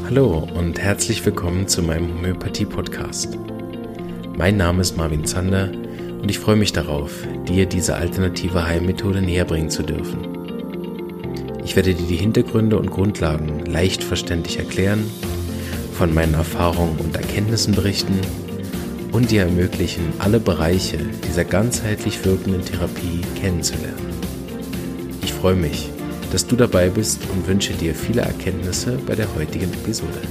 Hallo und herzlich willkommen zu meinem Homöopathie-Podcast. Mein Name ist Marvin Zander und ich freue mich darauf, dir diese alternative Heilmethode näher bringen zu dürfen. Ich werde dir die Hintergründe und Grundlagen leicht verständlich erklären, von meinen Erfahrungen und Erkenntnissen berichten und dir ermöglichen, alle Bereiche dieser ganzheitlich wirkenden Therapie kennenzulernen. Ich freue mich, dass du dabei bist und wünsche dir viele Erkenntnisse bei der heutigen Episode.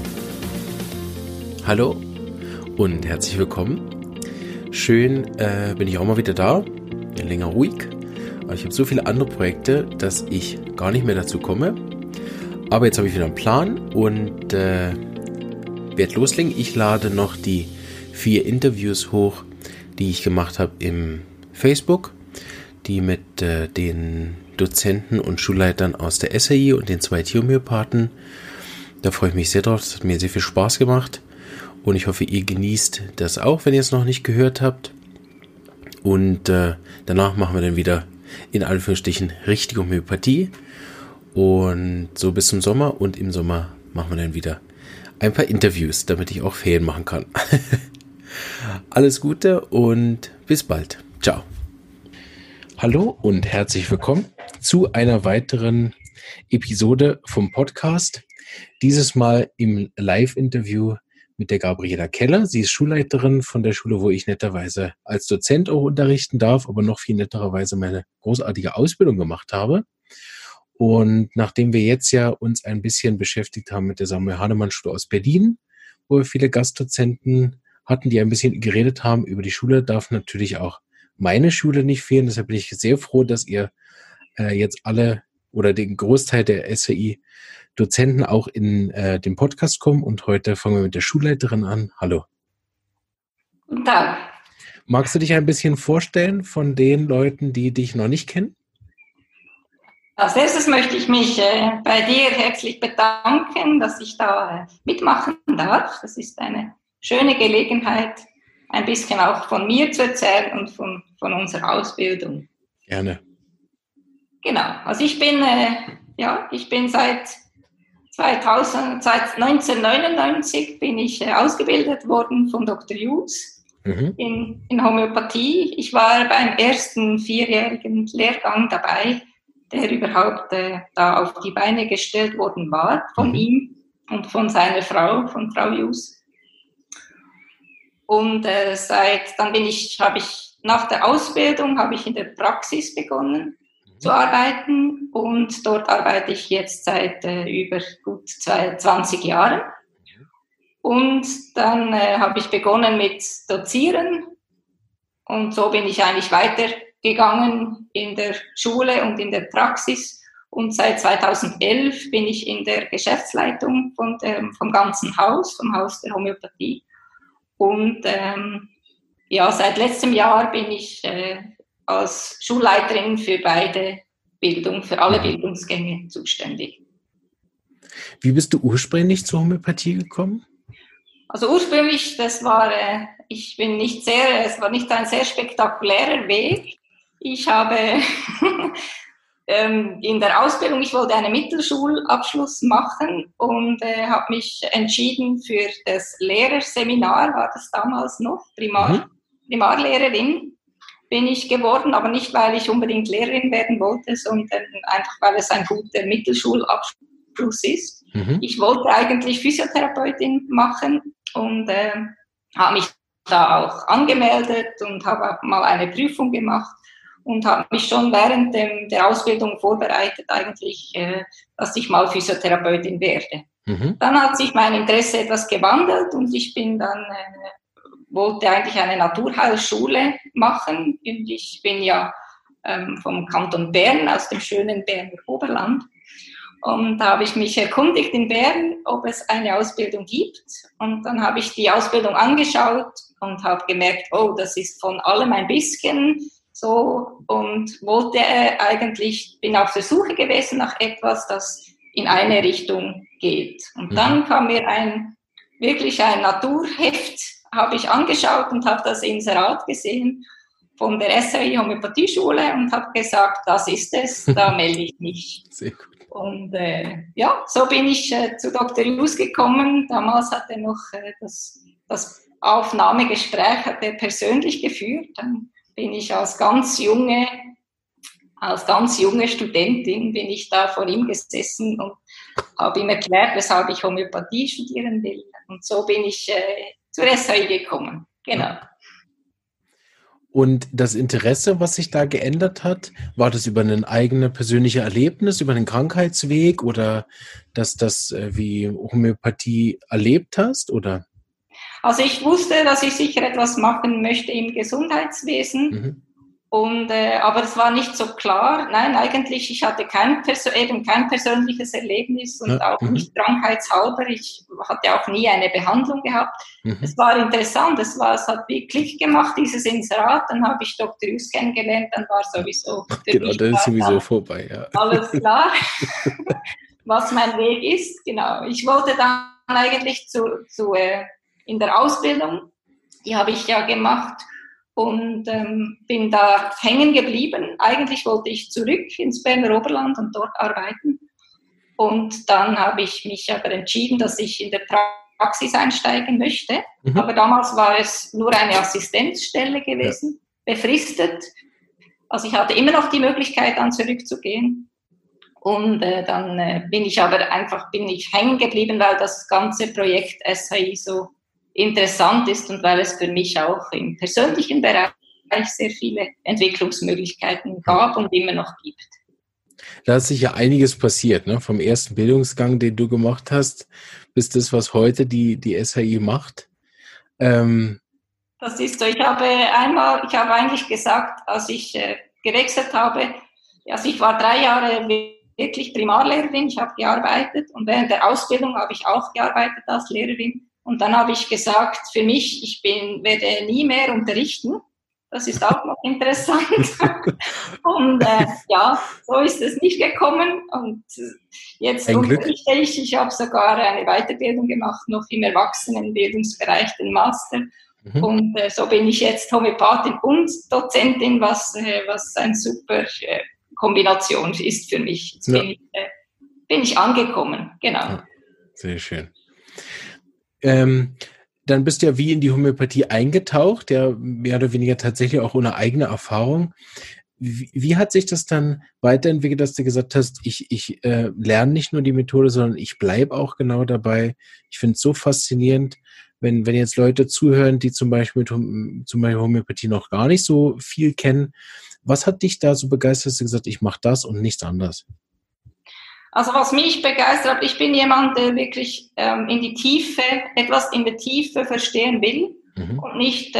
Hallo und herzlich willkommen. Schön bin ich auch mal wieder da, länger ruhig, aber ich habe so viele andere Projekte, dass ich gar nicht mehr dazu komme. Aber jetzt habe ich wieder einen Plan und werde loslegen. Ich lade noch die 4 Interviews hoch, die ich gemacht habe im Facebook, die mit den Dozenten und Schulleitern aus der SAI und den 2 Tierhomöopathen. Da freue ich mich sehr drauf. Das hat mir sehr viel Spaß gemacht und ich hoffe, ihr genießt das auch, wenn ihr es noch nicht gehört habt. Und danach machen wir dann wieder in Anführungsstrichen richtige Homöopathie und so bis zum Sommer, und im Sommer machen wir dann wieder ein paar Interviews, damit ich auch Ferien machen kann. Alles Gute und bis bald. Ciao. Hallo und herzlich willkommen zu einer weiteren Episode vom Podcast. Dieses Mal im Live-Interview mit der Gabriela Keller. Sie ist Schulleiterin von der Schule, wo ich netterweise als Dozent auch unterrichten darf, aber noch viel netterweise meine großartige Ausbildung gemacht habe. Und nachdem wir jetzt ja uns ein bisschen beschäftigt haben mit der Samuel-Hahnemann-Schule aus Berlin, wo wir viele Gastdozenten hatten, die ein bisschen geredet haben über die Schule, darf natürlich auch meine Schule nicht fehlen. Deshalb bin ich sehr froh, dass ihr jetzt alle oder den Großteil der SAI-Dozenten auch in den Podcast kommen. Und heute fangen wir mit der Schulleiterin an. Hallo. Guten Tag. Magst du dich ein bisschen vorstellen von den Leuten, die dich noch nicht kennen? Als erstes möchte ich mich bei dir herzlich bedanken, dass ich da mitmachen darf. Das ist eine schöne Gelegenheit, ein bisschen auch von mir zu erzählen und von unserer Ausbildung. Gerne. Genau, also ich bin seit 1999 bin ich ausgebildet worden von Dr. Hughes in Homöopathie. Ich war beim ersten 4-jährigen Lehrgang dabei, der überhaupt da auf die Beine gestellt worden war von ihm und von seiner Frau, von Frau Hughes. Und nach der Ausbildung habe ich in der Praxis begonnen zu arbeiten, und dort arbeite ich jetzt seit über gut 20 Jahren. Und dann habe ich begonnen mit Dozieren, und so bin ich eigentlich weitergegangen in der Schule und in der Praxis, und seit 2011 bin ich in der Geschäftsleitung vom ganzen Haus, vom Haus der Homöopathie. Und seit letztem Jahr bin ich als Schulleiterin für alle Bildungsgänge zuständig. Wie bist du ursprünglich zur Homöopathie gekommen? Also ursprünglich, es war nicht ein sehr spektakulärer Weg. Ich habe in der Ausbildung, ich wollte einen Mittelschulabschluss machen und habe mich entschieden für das Lehrerseminar, war das damals noch, Primarlehrerin bin ich geworden, aber nicht, weil ich unbedingt Lehrerin werden wollte, sondern einfach, weil es ein guter Mittelschulabschluss ist. Ich wollte eigentlich Physiotherapeutin machen und habe mich da auch angemeldet und habe auch mal eine Prüfung gemacht und habe mich schon während der Ausbildung vorbereitet eigentlich, dass ich mal Physiotherapeutin werde. Dann hat sich mein Interesse etwas gewandelt und ich bin dann wollte eigentlich eine Naturheilschule machen. Und ich bin ja vom Kanton Bern, aus dem schönen Berner Oberland. Und da habe ich mich erkundigt in Bern, ob es eine Ausbildung gibt. Und dann habe ich die Ausbildung angeschaut und habe gemerkt, oh, das ist von allem ein bisschen so, und bin auf der Suche gewesen nach etwas, das in eine Richtung geht. Und dann kam mir wirklich ein Naturheft, habe ich angeschaut und habe das Inserat gesehen von der SAI Homöopathieschule und habe gesagt, das ist es, da melde ich mich. Sehr gut. Und so bin ich zu Dr. Jus gekommen. Damals hat er noch das Aufnahmegespräch hat er persönlich geführt. Dann bin ich als ganz junge Studentin bin ich da vor ihm gesessen und habe ihm erklärt, weshalb ich Homöopathie studieren will. Und so bin ich zur SHI gekommen. Genau. Und das Interesse, was sich da geändert hat, war das über ein eigenes persönliches Erlebnis, über einen Krankheitsweg oder dass das wie Homöopathie erlebt hast, oder? Also ich wusste, dass ich sicher etwas machen möchte im Gesundheitswesen. Mhm. Aber es war nicht so klar. Nein, eigentlich, ich hatte kein persönliches Erlebnis und auch nicht krankheitshalber. Ich hatte auch nie eine Behandlung gehabt. Es war interessant, es hat wie Klick gemacht, dieses Inserat. Dann habe ich Dr. Jus kennengelernt, dann war sowieso genau, dann ist sowieso vorbei, ja. Alles klar, was mein Weg ist. Genau. Ich wollte dann eigentlich in der Ausbildung, die habe ich ja gemacht, und bin da hängen geblieben. Eigentlich wollte ich zurück ins Berner Oberland und dort arbeiten. Und dann habe ich mich aber entschieden, dass ich in der Praxis einsteigen möchte. Mhm. Aber damals war es nur eine Assistenzstelle gewesen, befristet. Also ich hatte immer noch die Möglichkeit, dann zurückzugehen. Und dann bin ich hängen geblieben, weil das ganze Projekt SHI so interessant ist und weil es für mich auch im persönlichen Bereich sehr viele Entwicklungsmöglichkeiten gab und immer noch gibt. Da ist sicher einiges passiert, ne? Vom ersten Bildungsgang, den du gemacht hast, bis das, was heute die SHI macht. Das ist so. Ich habe eigentlich gesagt, als ich gewechselt habe, also ich war 3 Jahre wirklich Primarlehrerin, ich habe gearbeitet und während der Ausbildung habe ich auch gearbeitet als Lehrerin. Und dann habe ich gesagt, für mich, werde nie mehr unterrichten. Das ist auch noch interessant. Und so ist es nicht gekommen. Und jetzt unterrichte ich. Ich habe sogar eine Weiterbildung gemacht, noch im Erwachsenenbildungsbereich, den Master. Mhm. Und so bin ich jetzt Homöopathin und Dozentin, was eine super Kombination ist für mich. Jetzt bin ich angekommen, genau. Ja, sehr schön. Dann bist du ja wie in die Homöopathie eingetaucht, ja mehr oder weniger tatsächlich auch ohne eigene Erfahrung. Wie hat sich das dann weiterentwickelt, dass du gesagt hast, ich lerne nicht nur die Methode, sondern ich bleibe auch genau dabei. Ich finde es so faszinierend, wenn jetzt Leute zuhören, die zum Beispiel Homöopathie noch gar nicht so viel kennen. Was hat dich da so begeistert, dass du gesagt hast, ich mache das und nichts anderes? Also was mich begeistert hat, ich bin jemand, der wirklich etwas in der Tiefe verstehen will und nicht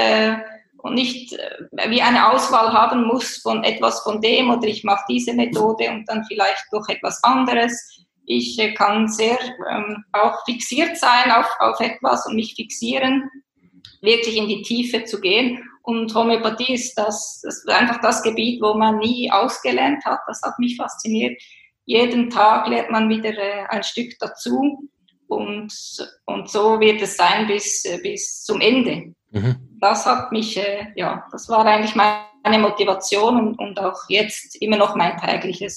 wie eine Auswahl haben muss von etwas von dem oder ich mache diese Methode und dann vielleicht doch etwas anderes. Ich kann sehr auch fixiert sein auf etwas und mich fixieren, wirklich in die Tiefe zu gehen. Und Homöopathie ist das ist einfach das Gebiet, wo man nie ausgelernt hat. Das hat mich fasziniert. Jeden Tag lernt man wieder ein Stück dazu und so wird es sein bis zum Ende. Mhm. Das hat mich, das war eigentlich meine Motivation und auch jetzt immer noch meine tägliche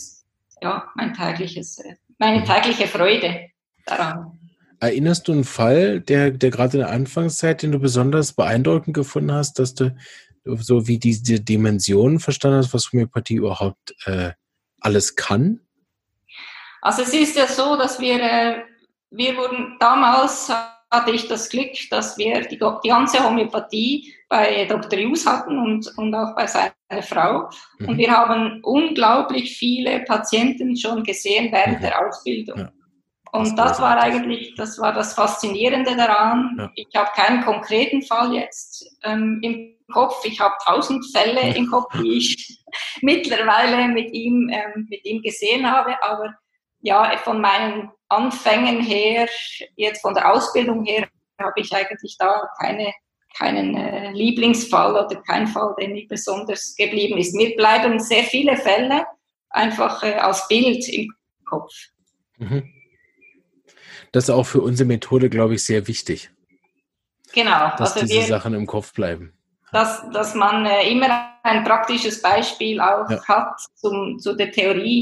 Freude daran. Erinnerst du einen Fall, der gerade in der Anfangszeit, den du besonders beeindruckend gefunden hast, dass du so wie diese Dimensionen verstanden hast, was Homöopathie überhaupt alles kann? Also es ist ja so, dass wir wurden damals, hatte ich das Glück, dass wir die ganze Homöopathie bei Dr. Jus hatten und auch bei seiner Frau. Mhm. Und wir haben unglaublich viele Patienten schon gesehen während der Ausbildung. Ja. Und das war das Faszinierende daran. Ja. Ich habe keinen konkreten Fall jetzt im Kopf. Ich habe 1000 Fälle im Kopf, die ich mittlerweile mit ihm gesehen habe. Aber ja, von meinen Anfängen her, jetzt von der Ausbildung her, habe ich eigentlich da keinen Lieblingsfall oder keinen Fall, der mir besonders geblieben ist. Mir bleiben sehr viele Fälle einfach als Bild im Kopf. Mhm. Das ist auch für unsere Methode, glaube ich, sehr wichtig. Genau. Dass also diese Sachen im Kopf bleiben. Dass man immer ein praktisches Beispiel auch hat zu der Theorie.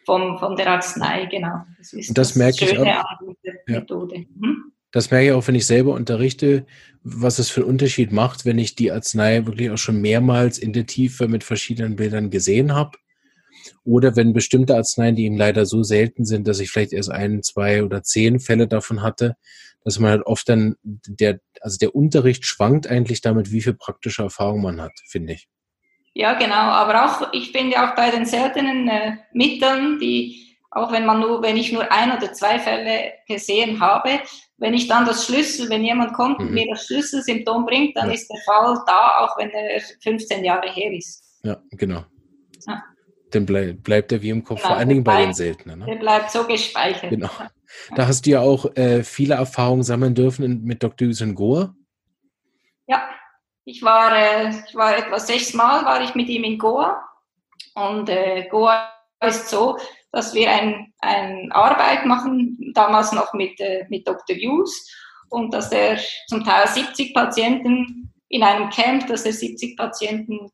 von der Arznei, genau. Das ist und das merke ich auch, an dieser Methode. Das merke ich auch, wenn ich selber unterrichte, was es für einen Unterschied macht, wenn ich die Arznei wirklich auch schon mehrmals in der Tiefe mit verschiedenen Bildern gesehen habe. Oder wenn bestimmte Arzneien, die eben leider so selten sind, dass ich vielleicht erst 1, 2 oder 10 Fälle davon hatte, dass man halt oft dann, der Unterricht schwankt eigentlich damit, wie viel praktische Erfahrung man hat, finde ich. Ja, genau. Aber auch, ich finde auch bei den seltenen Mitteln, die, auch wenn ich nur 1 oder 2 Fälle gesehen habe, wenn jemand kommt und mir das Schlüsselsymptom bringt, dann ist der Fall da, auch wenn er 15 Jahre her ist. Ja, genau. Ja. Dann bleibt er wie im Kopf, vor allen Dingen bei den Seltenen. Ne? Der bleibt so gespeichert. Genau. Da hast du ja auch viele Erfahrungen sammeln dürfen mit Dr. Yusen Goa. Ja, ich war etwa 6 Mal war ich mit ihm in Goa. Und Goa ist so, dass wir eine Arbeit machen, damals noch mit Dr. Hughes, und dass er zum Teil 70 Patienten in einem Camp, dass er 70 Patienten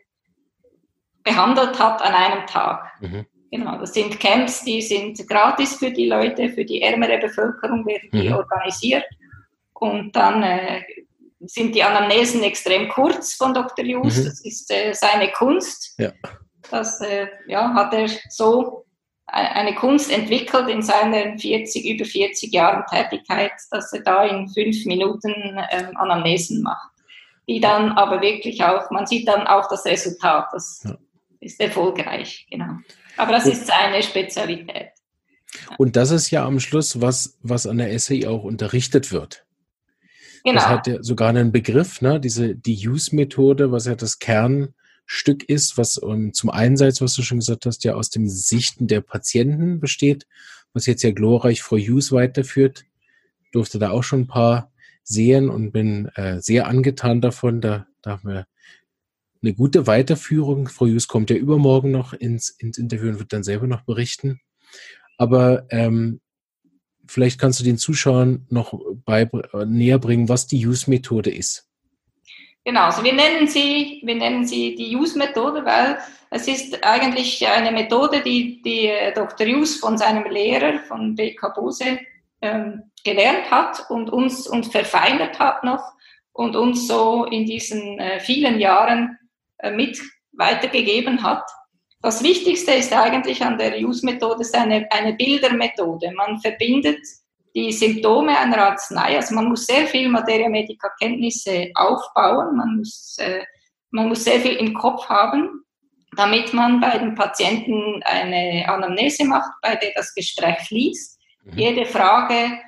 behandelt hat an einem Tag. Genau, das sind Camps, die sind gratis für die Leute, für die ärmere Bevölkerung werden die organisiert. Und dann sind die Anamnesen extrem kurz von Dr. Hughes, das ist seine Kunst. Ja. Das hat er so eine Kunst entwickelt in seinen über 40 Jahren Tätigkeit, dass er da in 5 Minuten Anamnesen macht. Die dann aber wirklich auch, man sieht dann auch das Resultat, das ist erfolgreich, genau. Aber das ist seine Spezialität. Und das ist ja am Schluss, was an der SAI auch unterrichtet wird. Genau. Das hat ja sogar einen Begriff, ne? Die Hughes-Methode, was ja das Kernstück ist, was zum Einsatz, was du schon gesagt hast, ja aus dem Sichten der Patienten besteht, was jetzt ja glorreich Frau Hughes weiterführt. Durfte da auch schon ein paar sehen und bin sehr angetan davon. Da haben wir eine gute Weiterführung. Frau Hughes kommt ja übermorgen noch ins Interview und wird dann selber noch berichten. Aber vielleicht kannst du den Zuschauern noch näher bringen, was die Hughes-Methode ist. Genau, also wir nennen sie die Hughes-Methode, weil es ist eigentlich eine Methode, die Dr. Hughes von seinem Lehrer, von B.K. Bose, gelernt hat und uns verfeinert hat noch und uns so in diesen vielen Jahren mit weitergegeben hat. Das Wichtigste ist eigentlich an der Hughes-Methode eine Bildermethode. Man verbindet die Symptome einer Arznei, also man muss sehr viel Materia-Medica-Kenntnisse aufbauen, man muss sehr viel im Kopf haben, damit man bei den Patienten eine Anamnese macht, bei der das Gespräch fließt. Jede Frage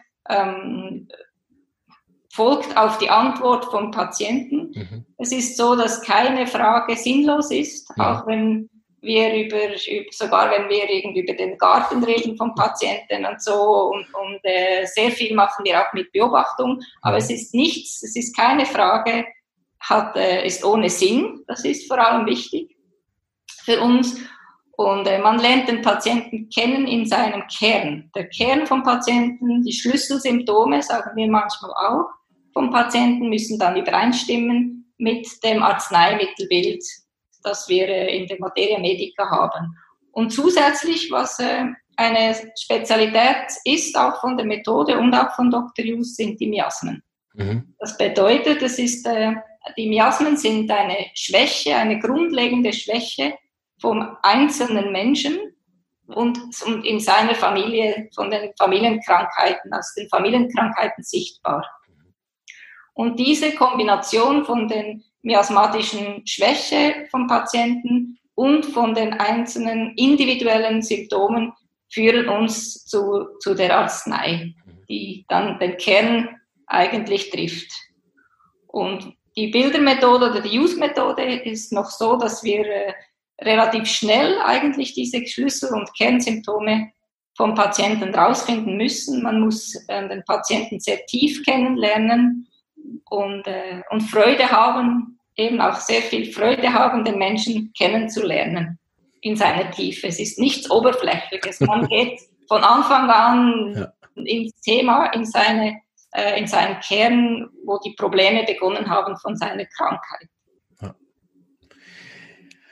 folgt auf die Antwort vom Patienten. Es ist so, dass keine Frage sinnlos ist, auch wenn wir sogar wenn wir irgendwie über den Garten reden vom Patienten und so und sehr viel machen wir auch mit Beobachtung, aber es ist keine Frage, ist ohne Sinn, das ist vor allem wichtig für uns. Und man lernt den Patienten kennen in seinem Kern. Der Kern vom Patienten, die Schlüsselsymptome, sagen wir manchmal auch, vom Patienten müssen dann übereinstimmen mit dem Arzneimittelbild, das wir in der Materia Medica haben. Und zusätzlich, was eine Spezialität ist, auch von der Methode und auch von Dr. Hughes, sind die Miasmen. Das bedeutet, die Miasmen sind eine Schwäche, eine grundlegende Schwäche vom einzelnen Menschen und in seiner Familie, von den Familienkrankheiten, aus den Familienkrankheiten sichtbar. Und diese Kombination von den miasmatischen Schwäche vom Patienten und von den einzelnen individuellen Symptomen führen uns zu der Arznei, die dann den Kern eigentlich trifft. Und die Bildermethode oder die Hughes-Methode ist noch so, dass wir relativ schnell eigentlich diese Schlüssel- und Kernsymptome vom Patienten rausfinden müssen. Man muss den Patienten sehr tief kennenlernen und Freude haben, eben auch sehr viel Freude haben, den Menschen kennenzulernen in seiner Tiefe. Es ist nichts Oberflächliches. Man geht von Anfang an ins Thema, in seinen Kern, wo die Probleme begonnen haben von seiner Krankheit.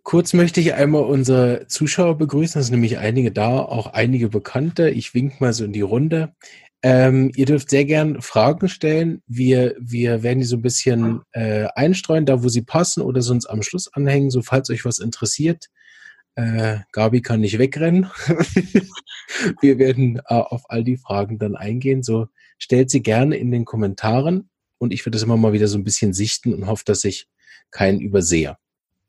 Kurz möchte ich einmal unsere Zuschauer begrüßen. Es sind nämlich einige da, auch einige Bekannte. Ich wink mal so in die Runde. Ihr dürft sehr gern Fragen stellen. Wir werden die so ein bisschen einstreuen, da wo sie passen oder sonst am Schluss anhängen, so falls euch was interessiert. Gabi kann nicht wegrennen. Wir werden auf all die Fragen dann eingehen. So stellt sie gerne in den Kommentaren und ich werde das immer mal wieder so ein bisschen sichten und hoffe, dass ich keinen übersehe.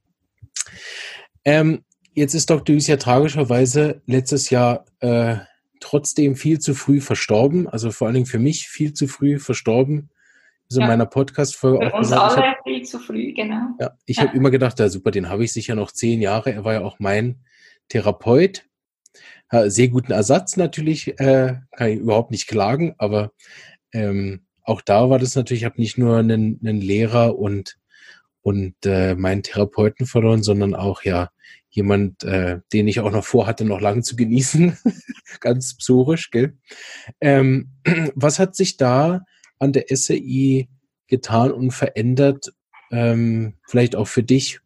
Jetzt ist Dr. Hüß ja tragischerweise letztes Jahr trotzdem viel zu früh verstorben, also vor allen Dingen für mich viel zu früh verstorben. So in meiner Podcast-Folge auch gesagt. Für uns alle viel zu früh, genau. Ja, ich habe immer gedacht, ja super, den habe ich sicher noch 10 Jahre. Er war ja auch mein Therapeut. Sehr guten Ersatz natürlich, kann ich überhaupt nicht klagen, aber auch da war das natürlich, ich habe nicht nur einen Lehrer und meinen Therapeuten verloren, sondern auch ja jemand, den ich auch noch vorhatte, noch lange zu genießen. Ganz psorisch, gell? Was hat sich da an der SAI getan und verändert, vielleicht auch für dich?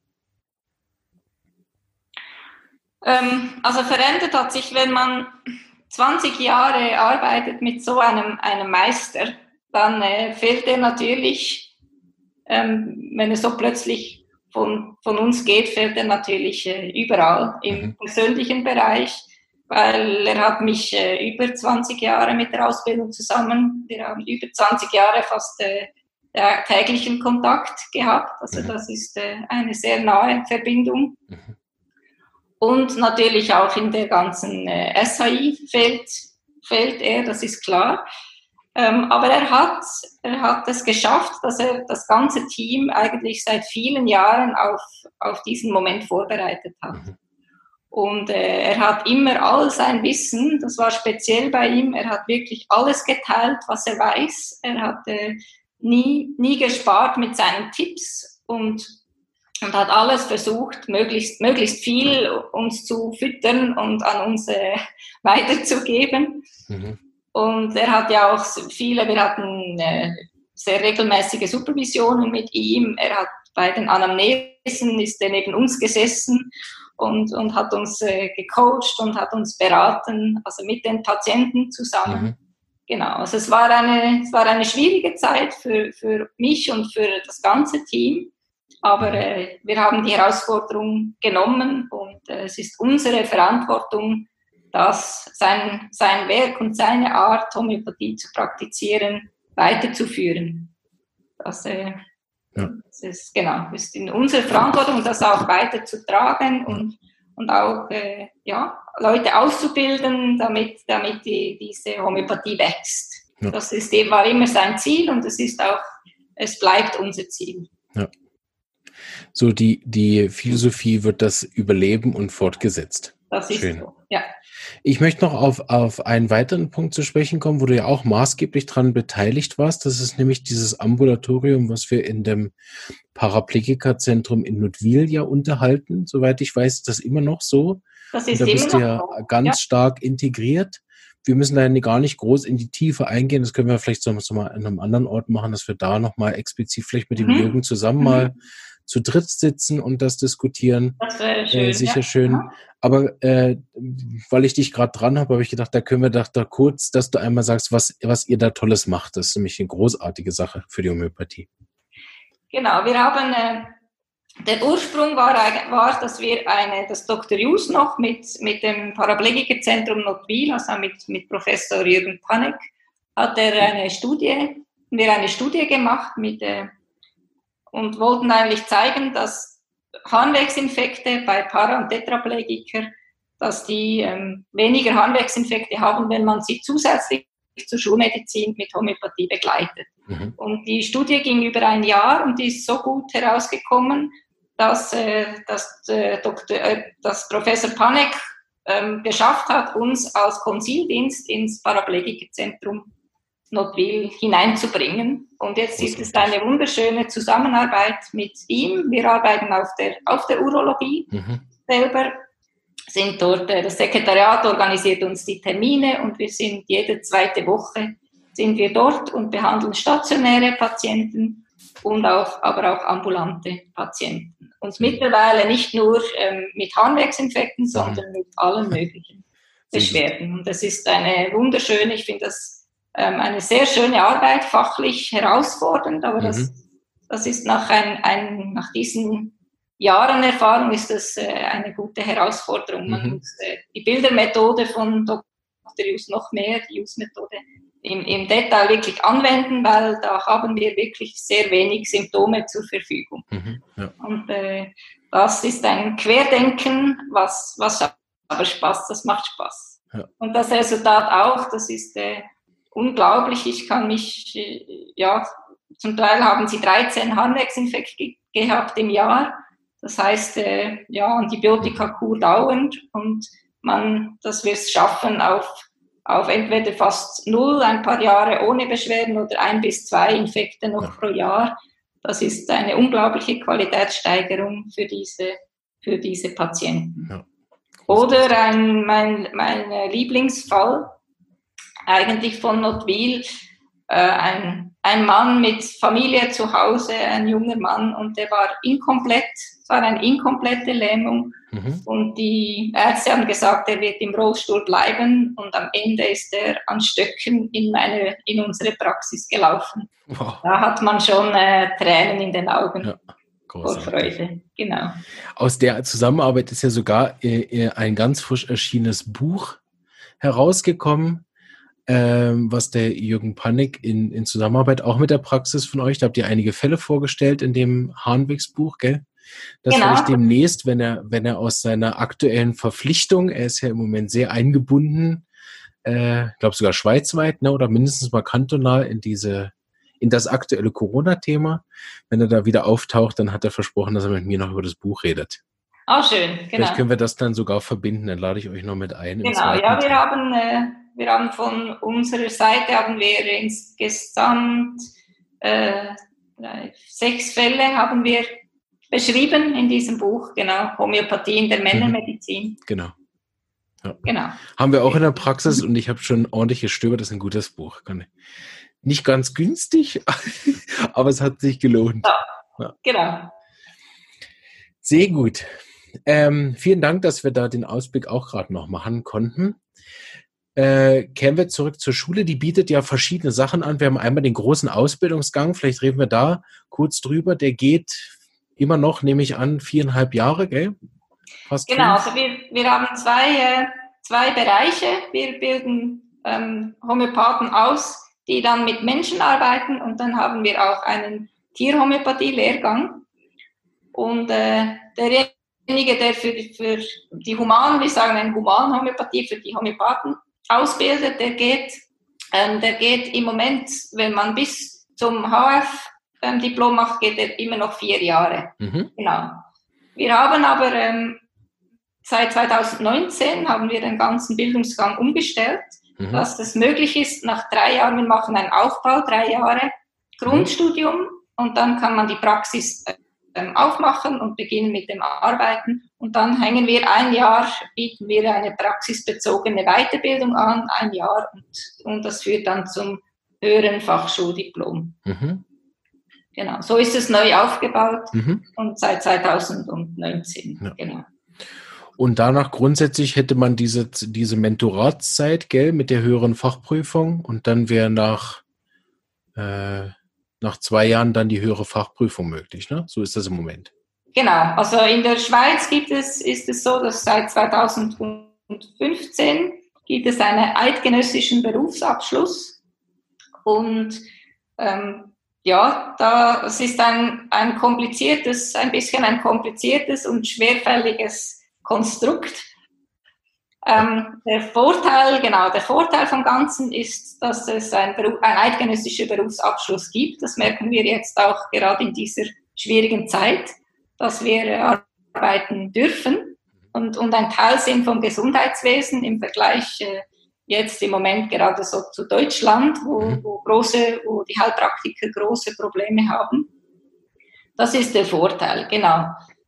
Also verändert hat sich, wenn man 20 Jahre arbeitet mit so einem Meister, dann fehlt er natürlich, wenn er so plötzlich von uns geht, fehlt er natürlich überall im persönlichen Bereich, weil er hat mich über 20 Jahre mit der Ausbildung zusammen, wir haben über 20 Jahre fast täglichen Kontakt gehabt, also das ist eine sehr nahe Verbindung. Und natürlich auch in der ganzen SAI fehlt er, das ist klar. Aber er hat es geschafft, dass er das ganze Team eigentlich seit vielen Jahren auf diesen Moment vorbereitet hat. Und er hat immer all sein Wissen, das war speziell bei ihm, er hat wirklich alles geteilt, was er weiß. Er hat nie gespart mit seinen Tipps und hat alles versucht, möglichst viel uns zu füttern und an uns weiterzugeben. Und er hat ja auch wir hatten sehr regelmäßige Supervisionen mit ihm. Er hat bei den Anamnesen, ist er neben uns gesessen und hat uns gecoacht und hat uns beraten, also mit den Patienten zusammen. Genau, also es war eine schwierige Zeit für mich und für das ganze Team. Aber wir haben die Herausforderung genommen und es ist unsere Verantwortung, sein Werk und seine Art, Homöopathie zu praktizieren, weiterzuführen. Das ist ist in unserer Verantwortung, das auch weiterzutragen und auch Leute auszubilden, damit diese Homöopathie wächst. Ja. Das war immer sein Ziel und es bleibt unser Ziel. Ja. So die Philosophie wird das überleben und fortgesetzt. Das ist schön. So, ja. Ich möchte noch auf einen weiteren Punkt zu sprechen kommen, wo du ja auch maßgeblich dran beteiligt warst. Das ist nämlich dieses Ambulatorium, was wir in dem Paraplegikerzentrum in Nottwil ja unterhalten. Soweit ich weiß, ist das immer noch so. Das ist und da bist du ja so. Ganz stark integriert. Wir müssen da gar nicht groß in die Tiefe eingehen. Das können wir vielleicht so mal an einem anderen Ort machen, dass wir da nochmal explizit vielleicht mit dem Jürgen zusammen mal zu dritt sitzen und das diskutieren. Das wäre schön. Sicher schön. Ja. Aber weil ich dich gerade dran habe ich gedacht, da können wir da kurz, dass du einmal sagst, was ihr da Tolles macht. Das ist nämlich eine großartige Sache für die Homöopathie. Genau, wir haben, der Ursprung war, dass wir das Dr. Hüß noch mit dem Paraplegikerzentrum Nottwil, also mit Professor Jürgen Panek, hat er eine Studie gemacht und wollten eigentlich zeigen, dass Harnwegsinfekte bei Para- und Tetraplegiker, dass die weniger Harnwegsinfekte haben, wenn man sie zusätzlich zur Schulmedizin mit Homöopathie begleitet. Und die Studie ging über ein Jahr und die ist so gut herausgekommen, dass Professor Panek geschafft hat, uns als Konsildienst ins Paraplegikerzentrum Nottwil hineinzubringen. Und jetzt ist es eine wunderschöne Zusammenarbeit mit ihm. Wir arbeiten auf der Urologie selber, sind dort, das Sekretariat organisiert uns die Termine und wir sind jede zweite Woche sind wir dort und behandeln stationäre Patienten. aber auch ambulante Patienten. Und mittlerweile nicht nur mit Harnwegsinfekten, sondern mit allen möglichen Beschwerden. Und das ist eine wunderschöne, ich finde das eine sehr schöne Arbeit, fachlich herausfordernd, aber das ist nach diesen Jahren Erfahrung ist das eine gute Herausforderung. Man muss die Bildermethode von Dr. Jus noch mehr, die Jus-Methode, im Detail wirklich anwenden, weil da haben wir wirklich sehr wenig Symptome zur Verfügung. Und das ist ein Querdenken, was aber Spaß, das macht Spaß. Ja. Und das Resultat auch, das ist unglaublich. Ich kann mich, zum Teil haben sie 13 Harnwegsinfekte gehabt im Jahr. Das heißt, Antibiotikakur dauernd und dass wir es schaffen auf entweder fast 0, ein paar Jahre ohne Beschwerden oder 1 bis 2 Infekte noch pro Jahr. Das ist eine unglaubliche Qualitätssteigerung für diese Patienten. Ja. Oder mein Lieblingsfall eigentlich von Nottwil, ein Mann mit Familie zu Hause, ein junger Mann, und der war inkomplett, es war eine inkomplette Lähmung. Und die Ärzte haben gesagt, er wird im Rollstuhl bleiben, und am Ende ist er an Stöcken in unsere Praxis gelaufen. Wow. Da hat man schon Tränen in den Augen. Ja. Vor Freude, genau. Aus der Zusammenarbeit ist ja sogar ein ganz frisch erschienenes Buch herausgekommen, was der Jürgen Pannig in Zusammenarbeit auch mit der Praxis von euch, da habt ihr einige Fälle vorgestellt in dem Harnwegsbuch, gell? Das werde ich demnächst, wenn er aus seiner aktuellen Verpflichtung, er ist ja im Moment sehr eingebunden, ich glaube sogar schweizweit, ne, oder mindestens mal kantonal in das aktuelle Corona-Thema. Wenn er da wieder auftaucht, dann hat er versprochen, dass er mit mir noch über das Buch redet. Schön, genau. Vielleicht können wir das dann sogar verbinden, dann lade ich euch noch mit ein. Genau, ja, wir haben von unserer Seite insgesamt 6 Fälle haben wir beschrieben in diesem Buch, genau, Homöopathie in der Männermedizin. Genau. Ja. Genau. Haben wir auch in der Praxis und ich habe schon ordentlich gestöbert, das ist ein gutes Buch. Nicht ganz günstig, aber es hat sich gelohnt. Ja. Genau. Sehr gut. Vielen Dank, dass wir da den Ausblick auch gerade noch machen konnten. Kehren wir zurück zur Schule. Die bietet ja verschiedene Sachen an. Wir haben einmal den großen Ausbildungsgang. Vielleicht reden wir da kurz drüber. Der geht immer noch, nehme ich an, 4,5 Jahre, gell? Fast genau, 5. Also wir haben zwei Bereiche. Wir bilden Homöopathen aus, die dann mit Menschen arbeiten, und dann haben wir auch einen Tierhomöopathie-Lehrgang. Und derjenige, der für die Humanen, wir sagen eine Humanhomöopathie, für die Homöopathen ausbildet, der geht im Moment, wenn man bis zum HF-Diplom macht, geht er immer noch 4 Jahre. Genau. Wir haben aber seit 2019 haben wir den ganzen Bildungsgang umgestellt, dass das möglich ist. Nach 3 Jahren, wir machen einen Aufbau, 3 Jahre Grundstudium, und dann kann man die Praxis aufmachen und beginnen mit dem Arbeiten. Und dann hängen wir 1 Jahr, bieten wir eine praxisbezogene Weiterbildung an, 1 Jahr, und das führt dann zum höheren Fachschuldiplom. Genau, so ist es neu aufgebaut und seit 2019. Ja. Genau. Und danach grundsätzlich hätte man diese Mentoratszeit, gell, mit der höheren Fachprüfung, und dann wäre nach 2 Jahren dann die höhere Fachprüfung möglich, ne? So ist das im Moment. Genau, also in der Schweiz ist es so, dass seit 2015 gibt es einen eidgenössischen Berufsabschluss, und das ist ein bisschen ein kompliziertes und schwerfälliges Konstrukt. Der Vorteil vom Ganzen ist, dass es ein eidgenössischer Berufsabschluss gibt. Das merken wir jetzt auch gerade in dieser schwierigen Zeit, dass wir arbeiten dürfen und ein Teil sind vom Gesundheitswesen im Vergleich jetzt im Moment gerade so zu Deutschland, wo die Heilpraktiker große Probleme haben. Das ist der Vorteil, genau.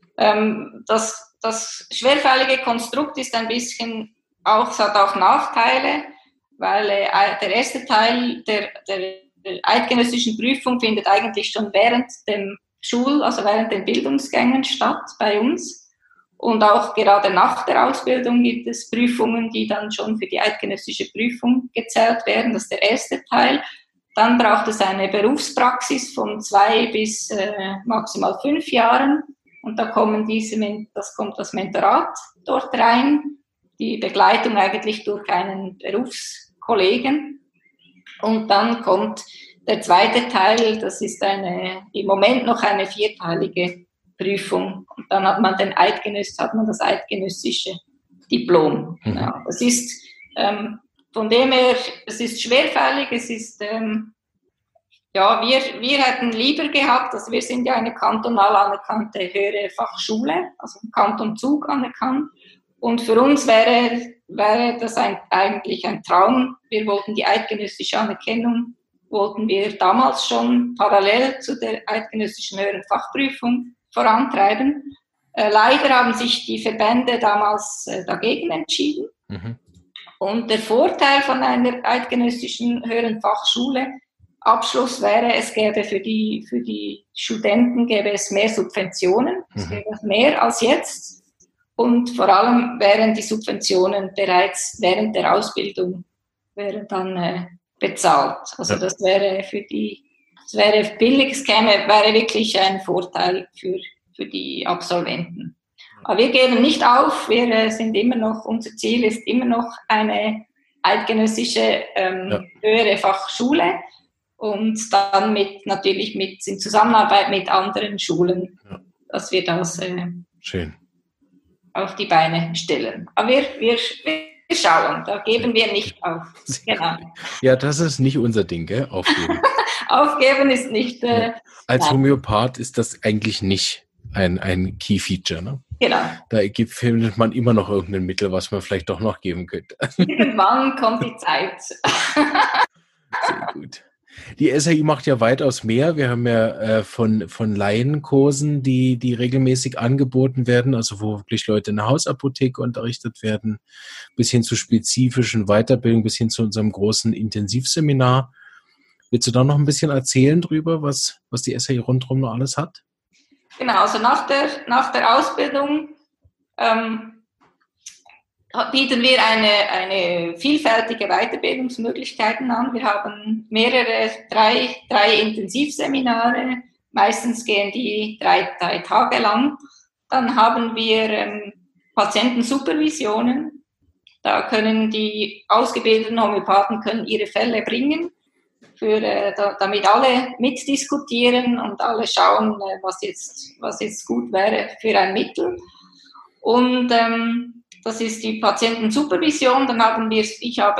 Das schwerfällige Konstrukt ist ein bisschen es hat auch Nachteile, weil der erste Teil der eidgenössischen Prüfung findet eigentlich schon während dem also während den Bildungsgängen statt bei uns. Und auch gerade nach der Ausbildung gibt es Prüfungen, die dann schon für die eidgenössische Prüfung gezählt werden. Das ist der erste Teil. Dann braucht es eine Berufspraxis von 2 bis maximal 5 Jahren. Und da kommt das Mentorat dort rein, die Begleitung eigentlich durch einen Berufskollegen. Und dann kommt der zweite Teil, das ist im Moment noch eine 4-teilige Prüfung. Und dann hat man das eidgenössische Diplom. Mhm. Ja, das ist von dem her, es ist schwerfällig, es ist, wir hätten lieber gehabt, also wir sind ja eine kantonal anerkannte höhere Fachschule, also im Kanton Zug anerkannt. Und für uns wäre das eigentlich ein Traum. Wir wollten die eidgenössische Anerkennung, wollten wir damals schon parallel zu der eidgenössischen höheren Fachprüfung vorantreiben. Leider haben sich die Verbände damals dagegen entschieden. Mhm. Und der Vorteil von einer eidgenössischen höheren Fachschule Abschluss wäre, es gäbe für die Studenten mehr Subventionen, es gäbe mehr als jetzt. Und vor allem wären die Subventionen bereits während der Ausbildung dann bezahlt. Also das wäre billig, es wäre wirklich ein Vorteil für die Absolventen. Aber wir geben nicht auf, unser Ziel ist immer noch eine eidgenössische höhere Fachschule und dann natürlich in Zusammenarbeit mit anderen Schulen, dass wir das schön auf die Beine stellen. Aber wir schauen, da geben wir nicht auf. Genau. Ja, das ist nicht unser Ding, gell? Aufgeben. Aufgeben ist nicht... Als Homöopath ist das eigentlich nicht ein Key-Feature, ne? Genau. Da findet man immer noch irgendein Mittel, was man vielleicht doch noch geben könnte. Irgendwann kommt die Zeit. Sehr gut. Die SAI macht ja weitaus mehr. Wir haben ja von Laienkursen, die regelmäßig angeboten werden, also wo wirklich Leute in der Hausapotheke unterrichtet werden, bis hin zu spezifischen Weiterbildung, bis hin zu unserem großen Intensivseminar. Willst du da noch ein bisschen erzählen drüber, was die SAI rundherum noch alles hat? Genau, also nach der Ausbildung bieten wir eine vielfältige Weiterbildungsmöglichkeiten an. Wir haben drei Intensivseminare, meistens gehen die 3 Tage lang. Dann haben wir Patientensupervisionen. Da können die ausgebildeten Homöopathen ihre Fälle bringen, damit alle mitdiskutieren und alle schauen, was jetzt gut wäre für ein Mittel. Und das ist die Patientensupervision. Dann habe ich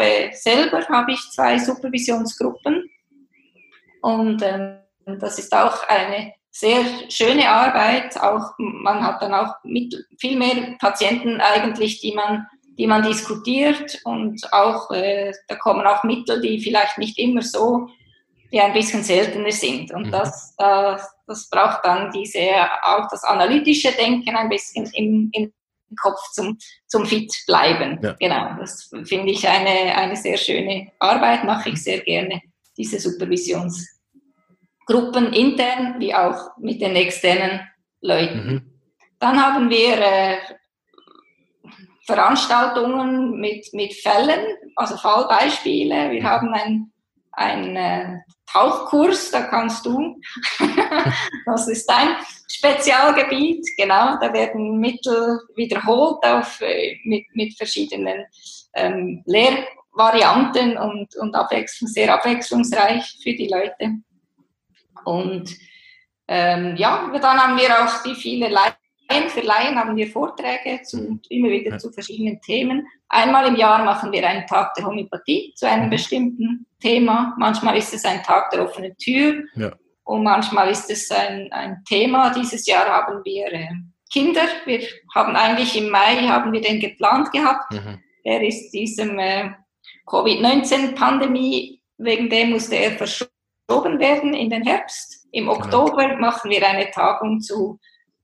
2 Supervisionsgruppen. Und das ist auch eine sehr schöne Arbeit. Man hat dann auch viel mehr Patienten eigentlich, die man diskutiert. Und auch, da kommen auch Mittel, die vielleicht nicht immer die ein bisschen seltener sind. Und das braucht dann auch das analytische Denken ein bisschen im Kopf zum fit bleiben. Ja. Genau, das finde ich eine sehr schöne Arbeit, mache ich sehr gerne, diese Supervisionsgruppen intern wie auch mit den externen Leuten. Dann haben wir Veranstaltungen mit Fällen, also Fallbeispiele. Wir haben ein Tauchkurs, da kannst du, das ist dein Spezialgebiet, genau, da werden Mittel wiederholt mit verschiedenen Lehrvarianten und sehr abwechslungsreich für die Leute. Und dann haben wir auch die viele Laien. Für Laien haben wir Vorträge immer wieder zu verschiedenen Themen. Einmal im Jahr machen wir einen Tag der Homöopathie zu einem bestimmten Thema. Manchmal ist es ein Tag der offenen Tür und manchmal ist es ein Thema. Dieses Jahr haben wir Kinder. Wir haben eigentlich im Mai den geplant gehabt. Der ist diesem Covid-19-Pandemie, wegen dem musste er verschoben werden in den Herbst. Im Oktober machen wir eine Tagung zu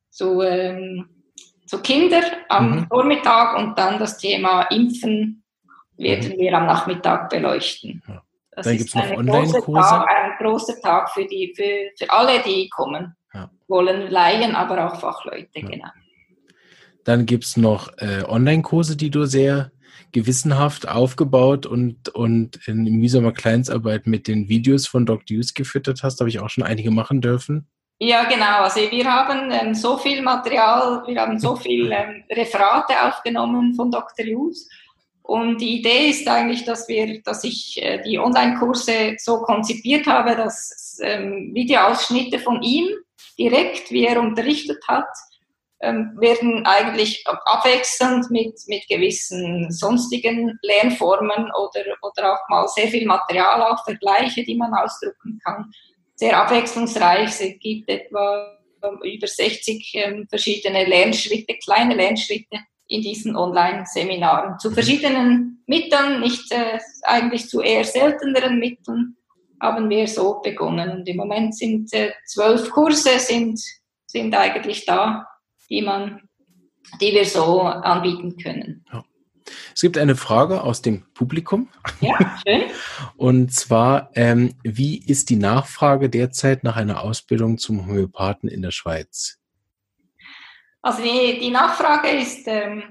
Kindern am Vormittag und dann das Thema Impfen werden wir am Nachmittag beleuchten. Das dann gibt es noch Online-Kurse. Ein großer Tag für alle, die kommen, wollen, Laien, aber auch Fachleute, genau. Dann gibt es noch Online-Kurse, die du sehr gewissenhaft aufgebaut und in mühsamer Kleinstarbeit mit den Videos von Dr. Hughes gefüttert hast. Habe ich auch schon einige machen dürfen. Ja, genau. Also wir haben so viel Material, wir haben so viel Referate aufgenommen von Dr. Hughes. Und die Idee ist eigentlich, dass ich die Online-Kurse so konzipiert habe, dass Videoausschnitte von ihm direkt, wie er unterrichtet hat, werden eigentlich abwechselnd mit gewissen sonstigen Lernformen oder auch mal sehr viel Material, auch Vergleiche, die man ausdrucken kann. Sehr abwechslungsreich. Es gibt etwa über 60 verschiedene Lernschritte, kleine Lernschritte in diesen Online-Seminaren zu verschiedenen Mitteln, nicht eigentlich zu eher selteneren Mitteln, haben wir so begonnen. Und im Moment sind 12 Kurse sind eigentlich da, die wir so anbieten können. Ja. Es gibt eine Frage aus dem Publikum. Ja, schön. Und zwar, wie ist die Nachfrage derzeit nach einer Ausbildung zum Homöopathen in der Schweiz? Also die Nachfrage ist,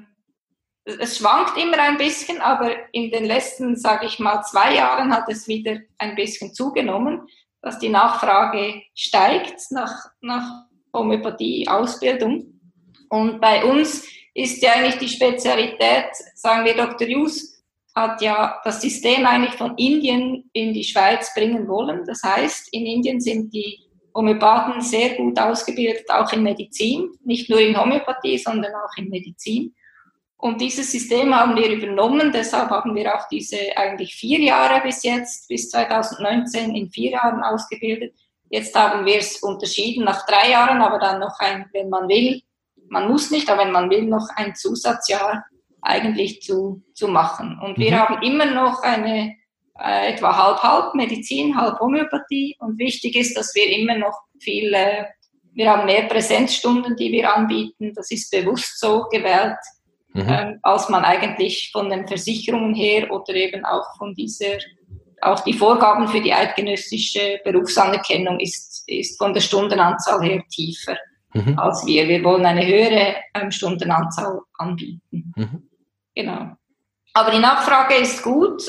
es schwankt immer ein bisschen, aber in den letzten, sage ich mal, 2 Jahren hat es wieder ein bisschen zugenommen, dass die Nachfrage steigt nach Homöopathie-Ausbildung. Und bei uns ist ja eigentlich die Spezialität, sagen wir, Dr. Hughes hat ja das System eigentlich von Indien in die Schweiz bringen wollen. Das heißt, in Indien sind die Homöopathen sehr gut ausgebildet, auch in Medizin, nicht nur in Homöopathie, sondern auch in Medizin. Und dieses System haben wir übernommen, deshalb haben wir auch diese eigentlich 4 Jahre bis jetzt, bis 2019 in 4 Jahren ausgebildet. Jetzt haben wir es unterschieden nach 3 Jahren, aber dann noch wenn man will, man muss nicht, aber wenn man will, noch ein Zusatzjahr eigentlich zu machen. Und wir haben immer noch eine etwa halb Medizin, halb Homöopathie. Und wichtig ist, dass wir immer noch wir haben mehr Präsenzstunden, die wir anbieten. Das ist bewusst so gewählt, als man eigentlich von den Versicherungen her oder eben auch auch die Vorgaben für die eidgenössische Berufsanerkennung ist von der Stundenanzahl her tiefer als wir. Wir wollen eine höhere Stundenanzahl anbieten. Genau. Aber die Nachfrage ist gut.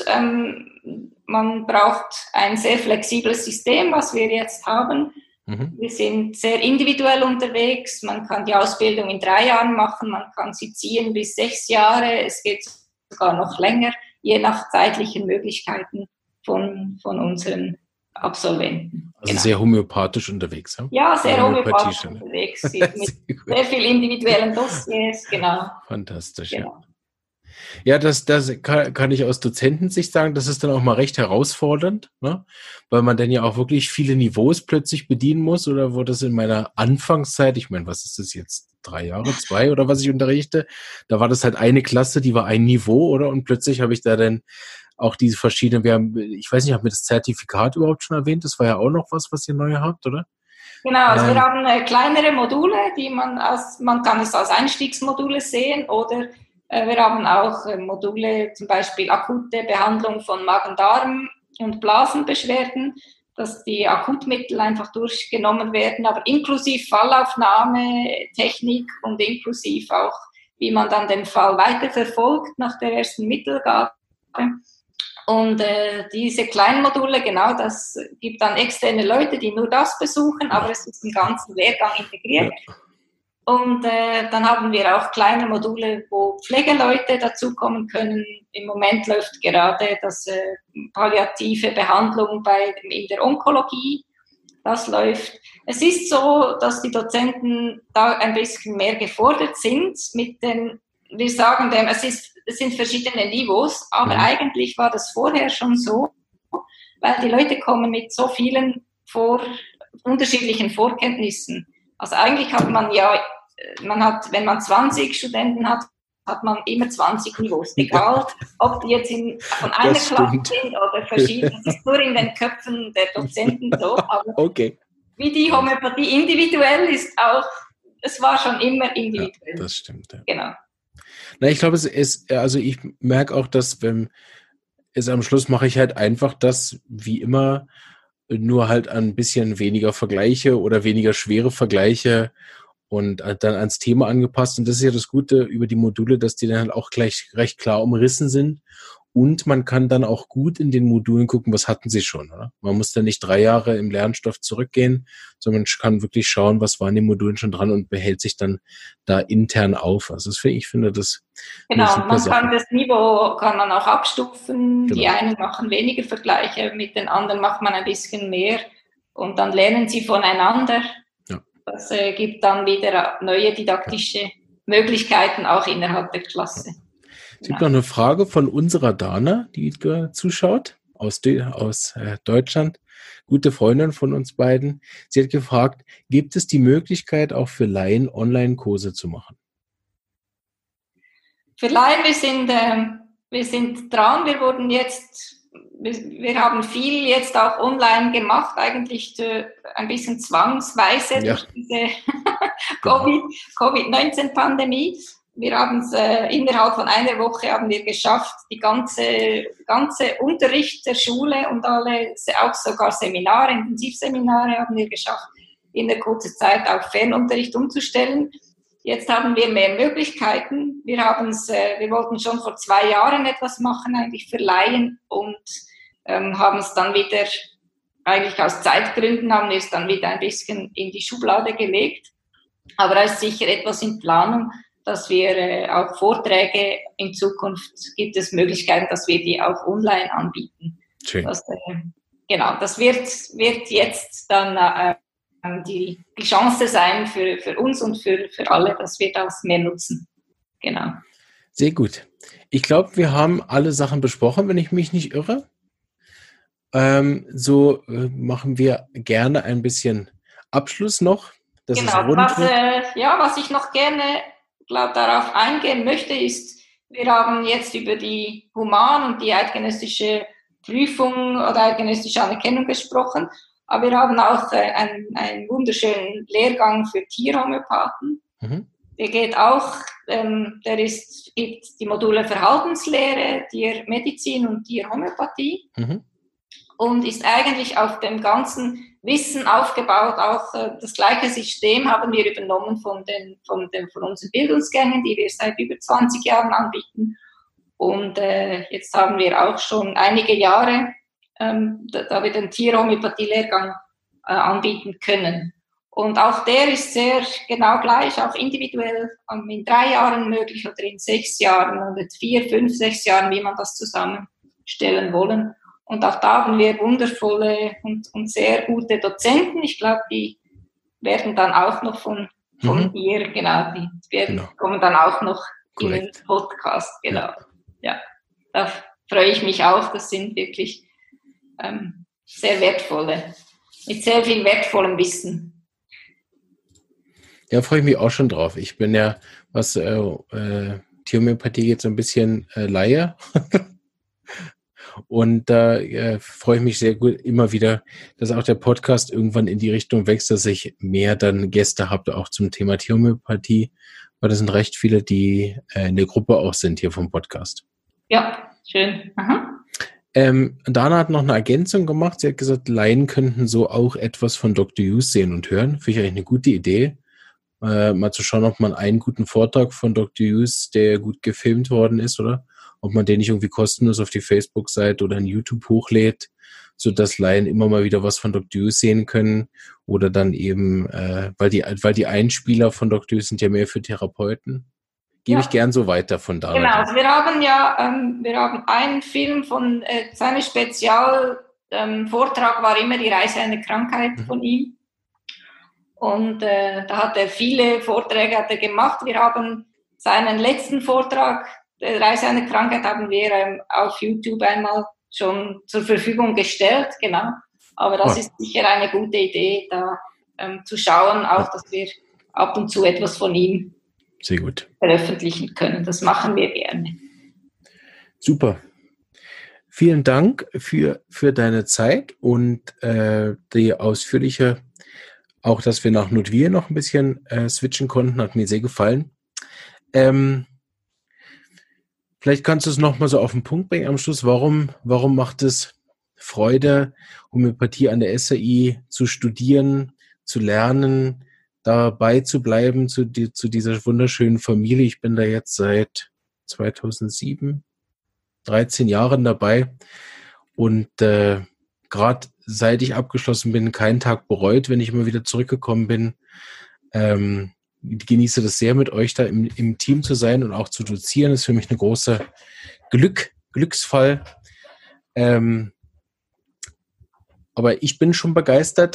Man braucht ein sehr flexibles System, was wir jetzt haben. Wir sind sehr individuell unterwegs. Man kann die Ausbildung in 3 Jahren machen, man kann sie ziehen bis 6 Jahre. Es geht sogar noch länger, je nach zeitlichen Möglichkeiten von unseren Absolventen. Also sehr homöopathisch unterwegs, ja? Ja, sehr homöopathisch unterwegs, mit sehr viel individuellen Dossiers, genau. Fantastisch, genau. Ja. Ja, das kann ich aus Dozentensicht sagen, das ist dann auch mal recht herausfordernd, ne? Weil man dann ja auch wirklich viele Niveaus plötzlich bedienen muss, oder wo das in meiner Anfangszeit, ich meine, was ist das jetzt, 3 Jahre, 2 oder was ich unterrichte, da war das halt eine Klasse, die war ein Niveau, oder? Und plötzlich habe ich da dann auch diese verschiedenen, ich weiß nicht, haben wir das Zertifikat überhaupt schon erwähnt? Das war ja auch noch was ihr neu habt, oder? Genau, also wir haben kleinere Module, man kann es als Einstiegsmodule sehen, oder wir haben auch Module, zum Beispiel akute Behandlung von Magen-Darm- und Blasenbeschwerden, dass die Akutmittel einfach durchgenommen werden, aber inklusive Fallaufnahme, Technik und inklusive auch, wie man dann den Fall weiterverfolgt nach der ersten Mittelgabe. Und diese kleinen Module, genau, das gibt dann externe Leute, die nur das besuchen, aber es ist im ganzen Lehrgang integriert. Ja. Und dann haben wir auch kleine Module, wo Pflegeleute dazukommen können. Im Moment läuft gerade das palliative Behandlung in der Onkologie. Das läuft. Es ist so, dass die Dozenten da ein bisschen mehr gefordert sind wir sagen dem, es sind verschiedene Niveaus, aber eigentlich war das vorher schon so, weil die Leute kommen mit so vielen unterschiedlichen Vorkenntnissen. Also eigentlich hat wenn man 20 Studenten hat, hat man immer 20 Niveaus, egal ob die jetzt von einer Klasse sind oder verschieden. Das ist nur in den Köpfen der Dozenten so, aber wie die Homöopathie individuell ist auch, es war schon immer individuell. Ja, das stimmt. Ja. Genau. Na, ich glaube, also ich merke auch, dass ist am Schluss mache ich halt einfach das, wie immer, nur halt ein bisschen weniger Vergleiche oder weniger schwere Vergleiche und dann ans Thema angepasst. Und das ist ja das Gute über die Module, dass die dann halt auch gleich recht klar umrissen sind. Und man kann dann auch gut in den Modulen gucken, was hatten sie schon, oder? Man muss dann nicht 3 Jahre im Lernstoff zurückgehen, sondern man kann wirklich schauen, was war in den Modulen schon dran und behält sich dann da intern auf. Also ich finde das genau, eine super man Sache. Kann das Niveau kann man auch abstufen. Genau. Die einen machen weniger Vergleiche, mit den anderen macht man ein bisschen mehr und dann lernen sie voneinander. Ja. Das gibt dann wieder neue didaktische Möglichkeiten auch innerhalb der Klasse. Es gibt noch eine Frage von unserer Dana, die zuschaut, aus Deutschland. Gute Freundin von uns beiden. Sie hat gefragt, gibt es die Möglichkeit, auch für Laien Online-Kurse zu machen? Für Laien, wir sind dran. Wir haben viel jetzt auch online gemacht, eigentlich ein bisschen zwangsweise durch diese Covid-19-Pandemie. Wir haben es innerhalb von einer Woche haben wir geschafft, die ganze Unterricht der Schule und auch sogar Seminare, Intensivseminare haben wir geschafft, in der kurzen Zeit auf Fernunterricht umzustellen. Jetzt haben wir mehr Möglichkeiten. Wir wollten schon vor 2 Jahren etwas machen, eigentlich für Laien und haben es dann wieder, eigentlich aus Zeitgründen, haben wir es dann wieder ein bisschen in die Schublade gelegt. Aber da ist sicher etwas in Planung, dass wir auch Vorträge in Zukunft gibt es Möglichkeiten, dass wir die auch online anbieten. Schön. Das wird jetzt dann die Chance sein für uns und für alle, dass wir das mehr nutzen. Genau. Sehr gut. Ich glaube, wir haben alle Sachen besprochen, wenn ich mich nicht irre. Machen wir gerne ein bisschen Abschluss noch. Genau. Was ich noch gerne darauf eingehen möchte, ist, wir haben jetzt über die Human- und die eidgenössische Prüfung oder eidgenössische Anerkennung gesprochen, aber wir haben auch einen wunderschönen Lehrgang für Tierhomöopathen. Mhm. Der geht auch, gibt die Module Verhaltenslehre, Tiermedizin und Tierhomöopathie und ist eigentlich auf dem ganzen Wissen aufgebaut, auch das gleiche System haben wir übernommen von unseren Bildungsgängen, die wir seit über 20 Jahren anbieten. Und jetzt haben wir auch schon einige Jahre, da wir den Tierhomöopathie-Lehrgang anbieten können. Und auch der ist sehr genau gleich, auch individuell, in 3 Jahren möglich oder in 6 Jahren oder 4, 5, 6 Jahren, wie man das zusammenstellen wollen. Und auch da haben wir wundervolle und sehr gute Dozenten. Ich glaube, die werden dann auch noch von ihr, genau, kommen dann auch noch Korrekt. In den Podcast, genau. Ja, da freue ich mich auch. Das sind wirklich sehr wertvolle, mit sehr viel wertvollem Wissen. Ja, freue ich mich auch schon drauf. Ich bin ja, was Tierhomöopathie geht, so ein bisschen Laie. Und da freue ich mich sehr gut immer wieder, dass auch der Podcast irgendwann in die Richtung wächst, dass ich mehr dann Gäste habe, auch zum Thema Tierhomöopathie, weil das sind recht viele, die in der Gruppe auch sind hier vom Podcast. Ja, schön. Aha. Dana hat noch eine Ergänzung gemacht. Sie hat gesagt, Laien könnten so auch etwas von Dr. Hughes sehen und hören. Finde ich eigentlich eine gute Idee. Mal zu schauen, ob man einen guten Vortrag von Dr. Hughes, der gut gefilmt worden ist, oder ob man den nicht irgendwie kostenlos auf die Facebook-Seite oder in YouTube hochlädt, sodass Laien immer mal wieder was von Dr. Hughes sehen können. Oder dann eben, weil die Einspieler von Dr. Hughes sind ja mehr für Therapeuten. Gebe ich gern so weiter von da. Genau, also wir haben einen Film von seinem Spezialvortrag war immer die Reise einer Krankheit von ihm. Und da hat er viele Vorträge gemacht. Wir haben seinen letzten Vortrag, der Reise einer Krankheit, haben wir auf YouTube einmal schon zur Verfügung gestellt, genau. Aber das ist sicher eine gute Idee, da zu schauen, auch, dass wir ab und zu etwas von ihm sehr gut veröffentlichen können. Das machen wir gerne. Super. Vielen Dank für deine Zeit und die ausführliche, auch dass wir nach Nudvir noch ein bisschen switchen konnten, hat mir sehr gefallen. Vielleicht kannst du es nochmal so auf den Punkt bringen am Schluss. Warum macht es Freude, Homöopathie an der SAI zu studieren, zu lernen, dabei zu bleiben zu dieser wunderschönen Familie? Ich bin da jetzt seit 2007, 13 Jahren dabei und gerade seit ich abgeschlossen bin, keinen Tag bereut, wenn ich immer wieder zurückgekommen bin. Genieße das sehr, mit euch da im Team zu sein und auch zu dozieren. Das ist für mich ein großer Glücksfall. Aber ich bin schon begeistert.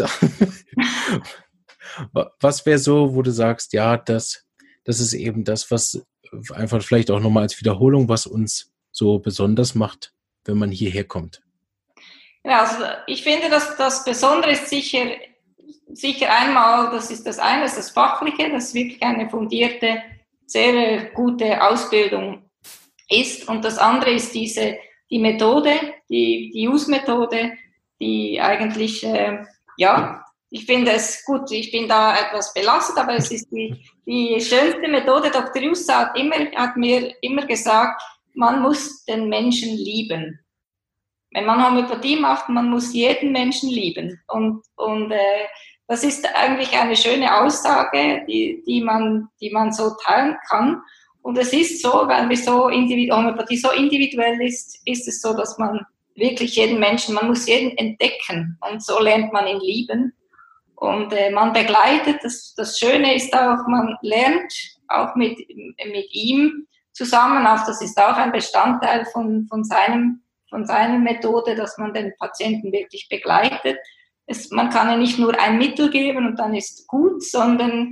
Was wäre so, wo du sagst, ja, das ist eben das, was einfach vielleicht auch nochmal als Wiederholung, was uns so besonders macht, wenn man hierher kommt? Ja, also ich finde, dass das Besondere ist sicher einmal, das ist das eine, das Fachliche, das wirklich eine fundierte, sehr gute Ausbildung ist. Und das andere ist die Methode, die Use-Methode, die eigentlich, ich finde es gut, ich bin da etwas belastet, aber es ist die schönste Methode. Dr. Jus hat mir immer gesagt, man muss den Menschen lieben. Wenn man Homöopathie macht, man muss jeden Menschen lieben. Und das ist eigentlich eine schöne Aussage, die man so teilen kann. Und es ist so, weil Homöopathie so individuell ist es so, dass man wirklich jeden Menschen, man muss jeden entdecken. Und so lernt man ihn lieben. Und man begleitet. Das Schöne ist auch, man lernt auch mit ihm zusammen. Auch das ist auch ein Bestandteil von seiner Methode, dass man den Patienten wirklich begleitet. Man kann ja nicht nur ein Mittel geben und dann ist gut, sondern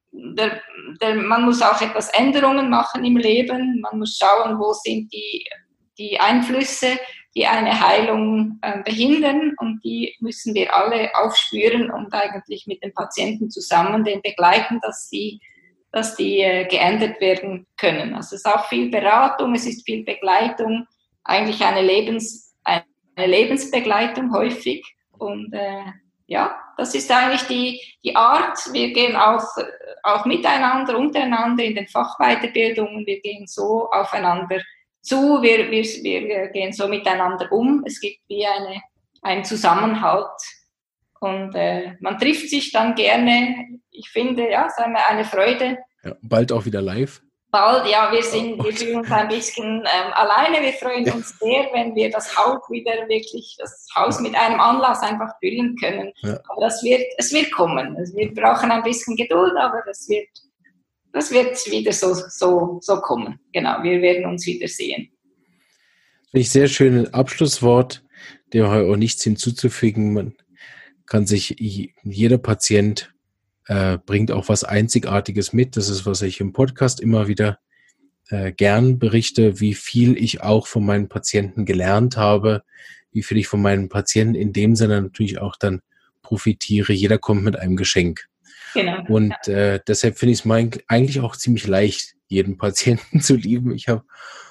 man muss auch etwas Änderungen machen im Leben. Man muss schauen, wo sind die Einflüsse, die eine Heilung behindern, und die müssen wir alle aufspüren und eigentlich mit den Patienten zusammen den begleiten, dass die geändert werden können. Also es ist auch viel Beratung, es ist viel Begleitung, eigentlich eine Lebensbegleitung häufig. Und das ist eigentlich die Art. Wir gehen auch miteinander, untereinander in den Fachweiterbildungen. Wir gehen so aufeinander zu, wir gehen so miteinander um. Es gibt wie einen Zusammenhalt. Und man trifft sich dann gerne. Ich finde, ja, es ist eine Freude. Ja, bald auch wieder live. Bald, ja, wir fühlen uns ein bisschen alleine. Wir freuen uns sehr, wenn wir das Haus mit einem Anlass einfach füllen können. Ja. Aber es wird kommen. Wir brauchen ein bisschen Geduld, aber das wird wieder so kommen. Genau, wir werden uns wieder sehen. Finde ich sehr schönes Abschlusswort, dem habe ich auch nichts hinzuzufügen. Man kann sich, jeder Patient bringt auch was Einzigartiges mit. Das ist, was ich im Podcast immer wieder gern berichte, wie viel ich auch von meinen Patienten gelernt habe, wie viel ich von meinen Patienten in dem Sinne natürlich auch dann profitiere. Jeder kommt mit einem Geschenk. Genau. Und deshalb finde ich es eigentlich auch ziemlich leicht, jeden Patienten zu lieben. Ich habe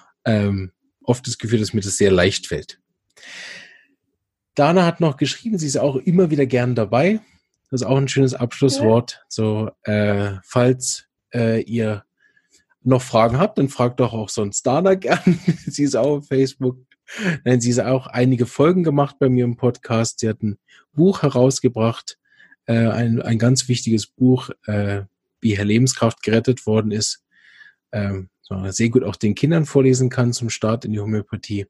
oft das Gefühl, dass mir das sehr leicht fällt. Dana hat noch geschrieben, sie ist auch immer wieder gern dabei. Das ist auch ein schönes Abschlusswort. Ja. So, falls ihr noch Fragen habt, dann fragt doch auch sonst Dana gern. Sie ist auch auf Facebook. Nein, sie hat auch einige Folgen gemacht bei mir im Podcast. Sie hat ein Buch herausgebracht, ein ganz wichtiges Buch, wie Herr Lebenskraft gerettet worden ist. Sehr gut auch den Kindern vorlesen kann zum Start in die Homöopathie.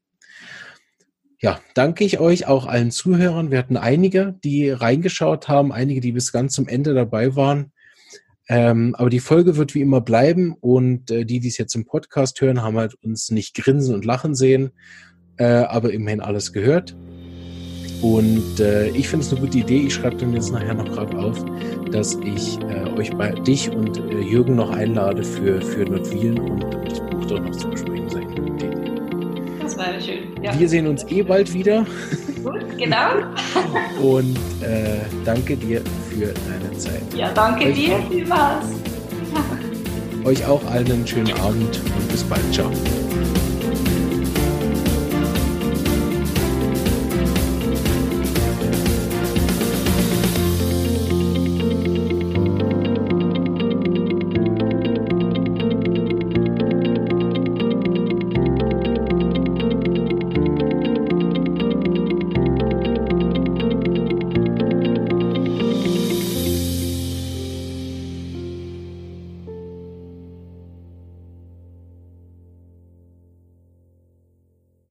Ja, danke ich euch, auch allen Zuhörern. Wir hatten einige, die reingeschaut haben, einige, die bis ganz zum Ende dabei waren. Aber die Folge wird wie immer bleiben, und die es jetzt im Podcast hören, haben halt uns nicht grinsen und lachen sehen, aber immerhin alles gehört. Und ich finde es eine gute Idee. Ich schreibe dann jetzt nachher noch gerade auf, dass ich dich und Jürgen noch einlade für Nordwilen und das Buch dort noch zu besprechen sein. Das wäre schön. Ja. Wir sehen uns bald wieder. Gut, genau. Und danke dir für deine Zeit. Ja, danke dir vielmals. Euch auch allen einen schönen Abend und bis bald. Ciao.